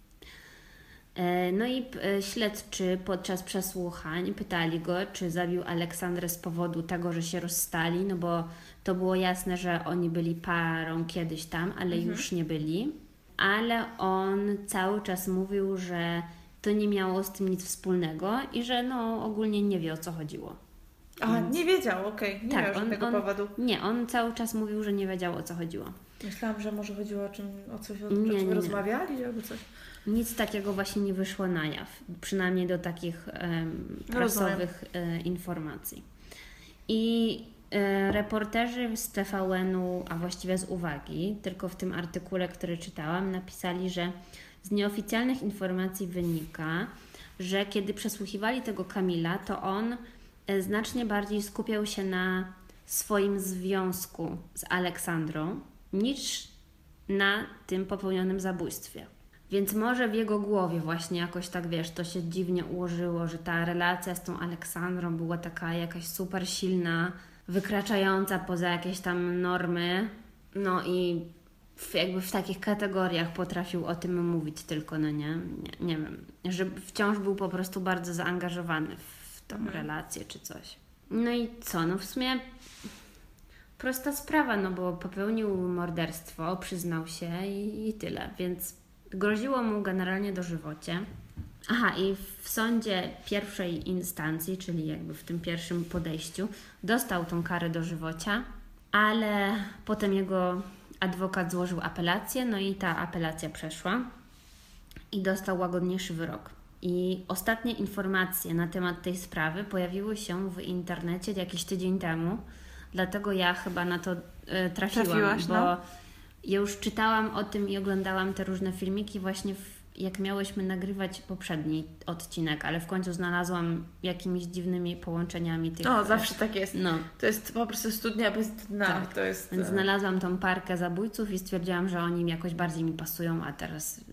No i śledczy podczas przesłuchań pytali go, czy zabił Aleksandrę z powodu tego, że się rozstali, no bo to było jasne, że oni byli parą kiedyś tam, ale już nie byli. Ale on cały czas mówił, że to nie miało z tym nic wspólnego i że no ogólnie nie wie, o co chodziło. A, nie wiedział, okej. Nie miał żadnego powodu. Nie, on cały czas mówił, że nie wiedział, o co chodziło. Myślałam, że może chodziło o coś, o nie. rozmawiali albo coś. Nic takiego właśnie nie wyszło na jaw, przynajmniej do takich prasowych informacji. I reporterzy z TVN-u, a właściwie z uwagi, tylko w tym artykule, który czytałam, napisali, że z nieoficjalnych informacji wynika, że kiedy przesłuchiwali tego Kamila, to on znacznie bardziej skupiał się na swoim związku z Aleksandrą niż na tym popełnionym zabójstwie. Więc może w jego głowie właśnie jakoś tak, wiesz, to się dziwnie ułożyło, że ta relacja z tą Aleksandrą była taka jakaś super silna, wykraczająca poza jakieś tam normy, no i jakby w takich kategoriach potrafił o tym mówić tylko, no nie wiem, że wciąż był po prostu bardzo zaangażowany w tą relację czy coś. No i co, no w sumie prosta sprawa, no bo popełnił morderstwo, przyznał się i tyle, więc groziło mu generalnie dożywocie. Aha, i w sądzie pierwszej instancji, czyli jakby w tym pierwszym podejściu, dostał tą karę dożywocia, ale potem jego adwokat złożył apelację, no i ta apelacja przeszła i dostał łagodniejszy wyrok. I ostatnie informacje na temat tej sprawy pojawiły się w internecie jakiś tydzień temu, dlatego ja chyba na to trafiłam, bo ja już czytałam o tym i oglądałam te różne filmiki właśnie jak miałyśmy nagrywać poprzedni odcinek, ale w końcu znalazłam jakimiś dziwnymi połączeniami tych... O, zawsze tak jest. No. To jest po prostu studnia bez dna. Tak. To jest... Więc znalazłam tą parkę zabójców i stwierdziłam, że oni mi jakoś bardziej mi pasują, a teraz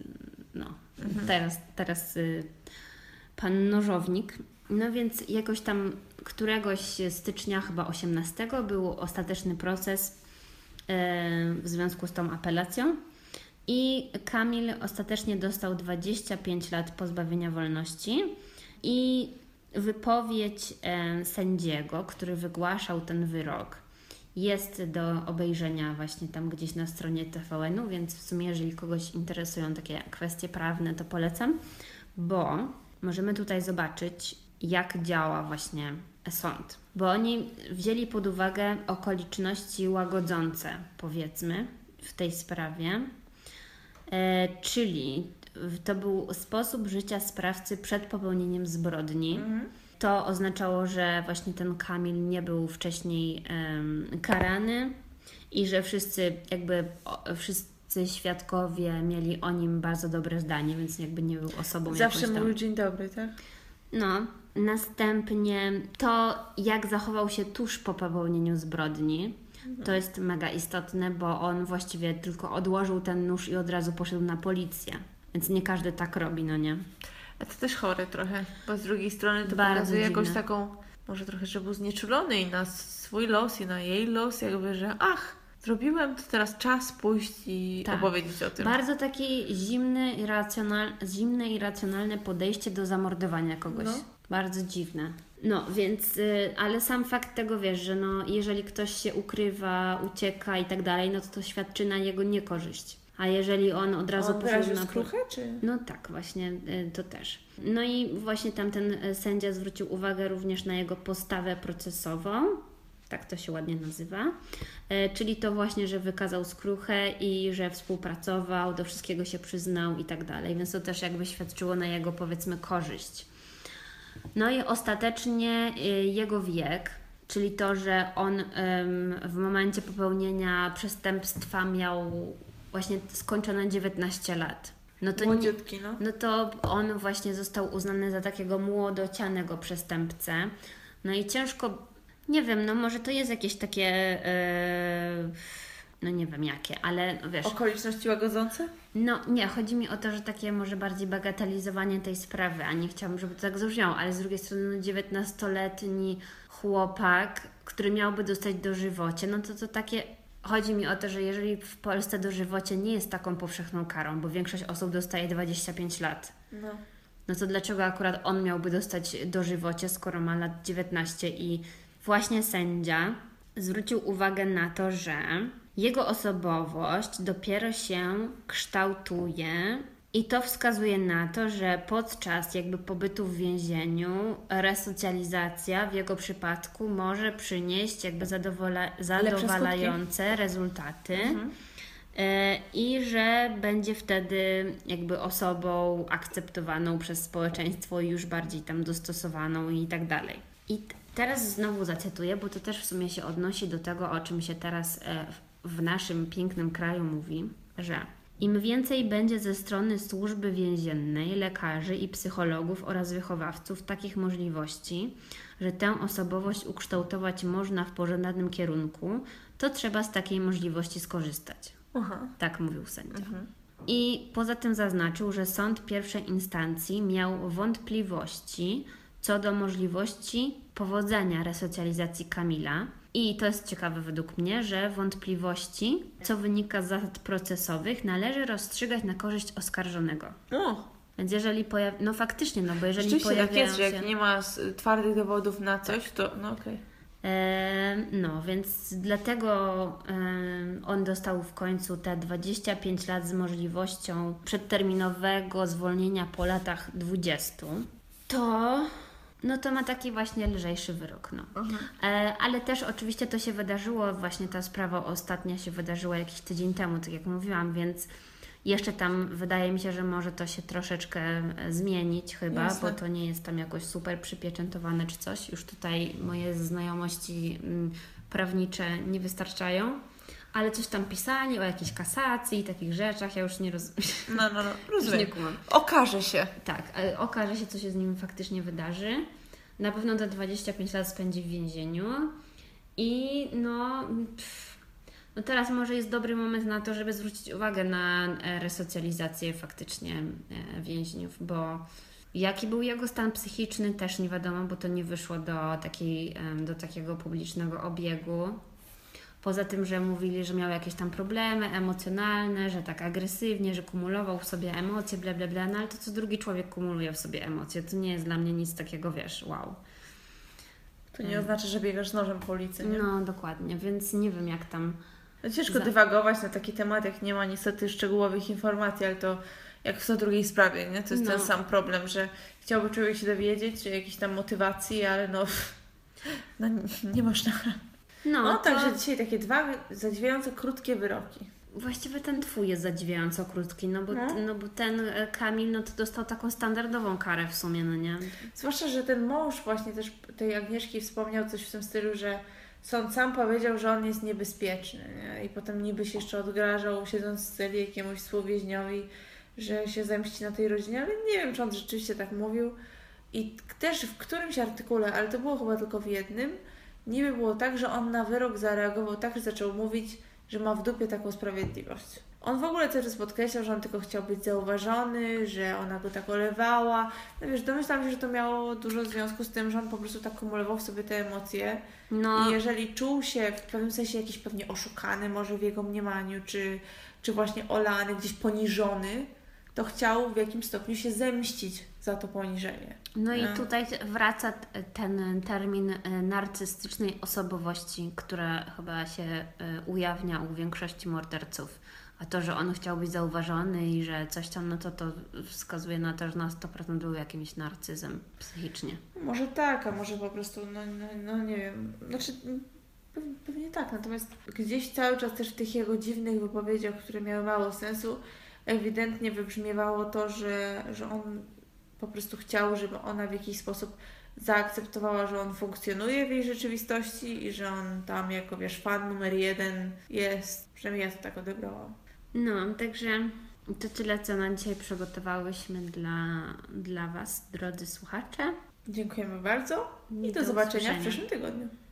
teraz pan Nożownik. No więc jakoś tam któregoś stycznia, chyba 18, był ostateczny proces w związku z tą apelacją i Kamil ostatecznie dostał 25 lat pozbawienia wolności i wypowiedź sędziego, który wygłaszał ten wyrok, jest do obejrzenia właśnie tam gdzieś na stronie TVN-u, więc w sumie jeżeli kogoś interesują takie kwestie prawne, to polecam, bo możemy tutaj zobaczyć, jak działa właśnie sąd. Bo oni wzięli pod uwagę okoliczności łagodzące, powiedzmy, w tej sprawie, czyli to był sposób życia sprawcy przed popełnieniem zbrodni. To oznaczało, że właśnie ten Kamil nie był wcześniej karany i że wszyscy świadkowie mieli o nim bardzo dobre zdanie, więc jakby nie był osobą zawsze jakąś tam... mówił dzień dobry, tak? No, następnie to, jak zachował się tuż po popełnieniu zbrodni, to jest mega istotne, bo on właściwie tylko odłożył ten nóż i od razu poszedł na policję. Więc nie każdy tak robi, no nie? A to też chore trochę, bo z drugiej strony to bardzo pokazuje dziwne. jakąś taką, może trochę, że był znieczulony i na swój los i na jej los, jakby, że zrobiłem, to teraz czas pójść i opowiedzieć o tym. Bardzo takie zimne i racjonalne podejście do zamordowania kogoś. No. Bardzo dziwne. No, więc, ale sam fakt tego, wiesz, że jeżeli ktoś się ukrywa, ucieka i tak dalej, no to świadczy na jego niekorzyść. A jeżeli on od razu poszedł na skruchę, czy? No tak, właśnie to też. No i właśnie tamten sędzia zwrócił uwagę również na jego postawę procesową, tak to się ładnie nazywa, czyli to właśnie, że wykazał skruchę i że współpracował, do wszystkiego się przyznał i tak dalej, więc to też jakby świadczyło na jego, powiedzmy, korzyść. No i ostatecznie jego wiek, czyli to, że on w momencie popełnienia przestępstwa miał właśnie skończone 19 lat. Młodziutki, no. No to on właśnie został uznany za takiego młodocianego przestępcę. No i ciężko, nie wiem, no może to jest jakieś takie, no nie wiem jakie, ale no wiesz... Okoliczności łagodzące? No nie, chodzi mi o to, że takie może bardziej bagatelizowanie tej sprawy, a nie chciałabym, żeby to tak zabrzmiało, ale z drugiej strony no 19-letni chłopak, który miałby dostać dożywocie, no to takie... Chodzi mi o to, że jeżeli w Polsce dożywocie nie jest taką powszechną karą, bo większość osób dostaje 25 lat, no to dlaczego akurat on miałby dostać dożywocie, skoro ma lat 19? I właśnie sędzia zwrócił uwagę na to, że jego osobowość dopiero się kształtuje i to wskazuje na to, że podczas jakby pobytu w więzieniu resocjalizacja w jego przypadku może przynieść jakby zadowalające rezultaty i że będzie wtedy jakby osobą akceptowaną przez społeczeństwo i już bardziej tam dostosowaną i tak dalej. I teraz znowu zacytuję, bo to też w sumie się odnosi do tego, o czym się teraz w naszym pięknym kraju mówi, że im więcej będzie ze strony służby więziennej, lekarzy i psychologów oraz wychowawców takich możliwości, że tę osobowość ukształtować można w pożądanym kierunku, to trzeba z takiej możliwości skorzystać. Tak mówił sędzia. I poza tym zaznaczył, że sąd pierwszej instancji miał wątpliwości co do możliwości powodzenia resocjalizacji Kamila. I to jest ciekawe według mnie, że wątpliwości, co wynika z zasad procesowych, należy rozstrzygać na korzyść oskarżonego. Więc jeżeli no faktycznie, no bo jeżeli pojawiają tak jest, się... że jak nie ma twardych dowodów na coś, to no okej. No, więc dlatego on dostał w końcu te 25 lat z możliwością przedterminowego zwolnienia po latach 20. To ma taki właśnie lżejszy wyrok. No. Ale też oczywiście to się wydarzyło, właśnie ta sprawa ostatnia się wydarzyła jakiś tydzień temu, tak jak mówiłam, więc jeszcze tam wydaje mi się, że może to się troszeczkę zmienić chyba, Jasne. bo to nie jest tam jakoś super przypieczętowane czy coś. Już tutaj moje znajomości prawnicze nie wystarczają, ale coś tam pisali o jakiejś kasacji i takich rzeczach, ja już nie rozumiem. No, rozumiem. Nie kumam. Okaże się. Tak, ale okaże się, co się z nim faktycznie wydarzy. Na pewno te 25 lat spędzi w więzieniu i no teraz może jest dobry moment na to, żeby zwrócić uwagę na resocjalizację faktycznie więźniów, bo jaki był jego stan psychiczny też nie wiadomo, bo to nie wyszło do takiego publicznego obiegu. Poza tym, że mówili, że miał jakieś tam problemy emocjonalne, że tak agresywnie, że kumulował w sobie emocje, bla, bla, bla, no ale to co drugi człowiek kumuluje w sobie emocje, to nie jest dla mnie nic takiego, wiesz, wow. To nie oznacza, że biegasz z nożem po ulicy, nie? No, dokładnie, więc nie wiem jak tam... Ciężko dywagować na taki temat, jak nie ma niestety szczegółowych informacji, ale to jak w co drugiej sprawie, nie? To jest ten sam problem, że chciałby człowiek się dowiedzieć, czy jakiejś tam motywacji, ale nie można... Także dzisiaj takie 2 zadziwiające, krótkie wyroki. Właściwie ten twój jest zadziwiająco krótki, no bo ten Kamil, no to dostał taką standardową karę w sumie, no nie? Zwłaszcza, że ten mąż właśnie też tej Agnieszki wspomniał coś w tym stylu, że sąd sam powiedział, że on jest niebezpieczny, nie? I potem niby się jeszcze odgrażał, siedząc w celi jakiemuś współwięźniowi, że się zemści na tej rodzinie, ale nie wiem, czy on rzeczywiście tak mówił. I też w którymś artykule, ale to było chyba tylko w jednym, niby było tak, że on na wyrok zareagował tak, że zaczął mówić, że ma w dupie taką sprawiedliwość. On w ogóle cały czas podkreślał, że on tylko chciał być zauważony, że ona go tak olewała. No wiesz, domyślam się, że to miało dużo związku z tym, że on po prostu tak kumulował w sobie te emocje. I jeżeli czuł się w pewnym sensie jakiś pewnie oszukany może w jego mniemaniu, czy właśnie olany, gdzieś poniżony, to chciał w jakimś stopniu się zemścić za to poniżenie. No i tutaj wraca ten termin narcystycznej osobowości, która chyba się ujawnia u większości morderców. A to, że on chciał być zauważony i że coś tam, no to wskazuje na to, że na 100% był jakimś narcyzem psychicznie. Może tak, a może po prostu, no nie wiem. Znaczy, pewnie tak. Natomiast gdzieś cały czas też w tych jego dziwnych wypowiedziach, które miały mało sensu, ewidentnie wybrzmiewało to, że on po prostu chciał, żeby ona w jakiś sposób zaakceptowała, że on funkcjonuje w jej rzeczywistości i że on tam jako, wiesz, fan numer 1 jest. Przynajmniej ja to tak odebrałam. No, także to tyle, co na dzisiaj przygotowałyśmy dla Was, drodzy słuchacze. Dziękujemy bardzo i do do zobaczenia w usłyszenia. przyszłym tygodniu.